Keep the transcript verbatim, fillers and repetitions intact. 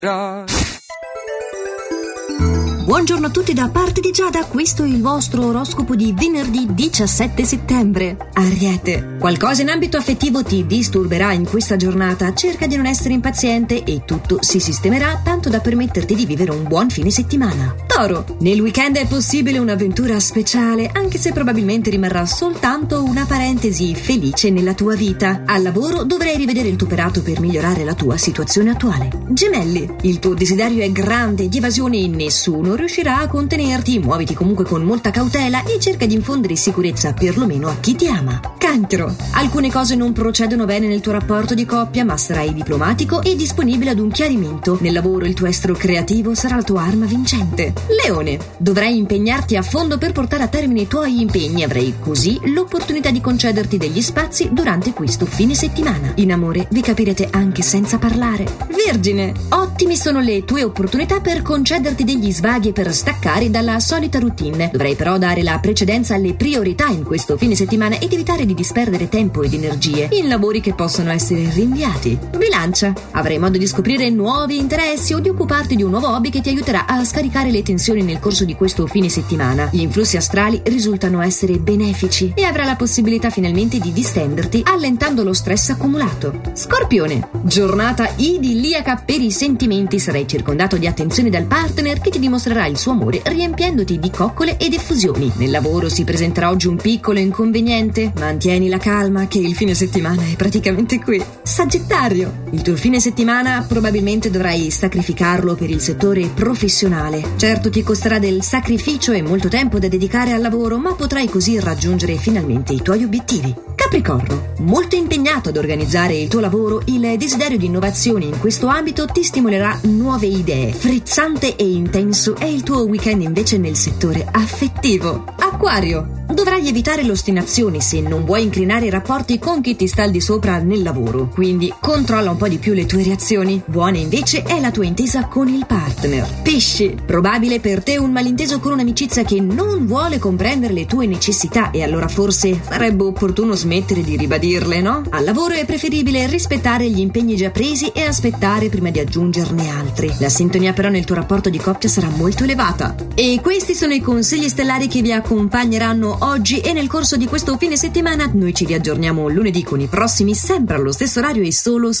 Buongiorno a tutti da parte di Giada, questo è il vostro oroscopo di venerdì diciassette settembre. Ariete, qualcosa in ambito affettivo ti disturberà in questa giornata, cerca di non essere impaziente e tutto si sistemerà tanto da permetterti di vivere un buon fine settimana. Toro, nel weekend è possibile un'avventura speciale, anche se probabilmente rimarrà soltanto una parentesi felice nella tua vita. Al lavoro dovrai rivedere il tuo operato per migliorare la tua situazione attuale. Gemelli, il tuo desiderio è grande, di evasione nessuno riuscirà a contenerti, muoviti comunque con molta cautela e cerca di infondere sicurezza perlomeno a chi ti ama. Cancro, alcune cose non procedono bene nel tuo rapporto di coppia, ma sarai diplomatico e disponibile ad un chiarimento. Nel lavoro il tuo estro creativo sarà la tua arma vincente. Leone, dovrai impegnarti a fondo per portare a termine i tuoi impegni, avrai così l'opportunità di concederti degli spazi durante questo fine settimana. In amore vi capirete anche senza parlare. Vergine, ottimi sono le tue opportunità per concederti degli svaghi e per staccare dalla solita routine. Dovrai però dare la precedenza alle priorità in questo fine settimana ed evitare di disperdere tempo ed energie in lavori che possono essere rinviati. Bilancia, avrai modo di scoprire nuovi interessi o di occuparti di un nuovo hobby che ti aiuterà a scaricare le tensioni nel corso di questo fine settimana. Gli influssi astrali risultano essere benefici e avrai la possibilità finalmente di distenderti allentando lo stress accumulato. Scorpione, giornata idilliaca per i sentimenti, sarai circondato di attenzioni dal partner che ti dimostrerà il suo amore riempiendoti di coccole ed effusioni. Nel lavoro si presenterà oggi un piccolo inconveniente, mantieni la calma che il fine settimana è praticamente qui. Sagittario, il tuo fine settimana probabilmente dovrai sacrificarlo per il settore professionale. Certo ti costerà del sacrificio e molto tempo da dedicare al lavoro, ma potrai così raggiungere finalmente i tuoi obiettivi. Capricorno, molto impegnato ad organizzare il tuo lavoro, il desiderio di innovazione in questo ambito ti stimolerà nuove idee. Frizzante e intenso è il tuo weekend invece nel settore affettivo. Acquario, dovrai evitare l'ostinazione se non vuoi incrinare i rapporti con chi ti sta al di sopra nel lavoro, quindi controlla un po' di più le tue reazioni. Buona invece è la tua intesa con il partner. Pesci, probabile per te un malinteso con un'amicizia che non vuole comprendere le tue necessità e allora forse sarebbe opportuno smettere di ribadirle, no? Al lavoro è preferibile rispettare gli impegni già presi e aspettare prima di aggiungerne altri. La sintonia però nel tuo rapporto di coppia sarà molto elevata. E questi sono i consigli stellari che vi accompagneranno oggi e nel corso di questo fine settimana. Noi ci riaggiorniamo lunedì con i prossimi sempre allo stesso orario e solo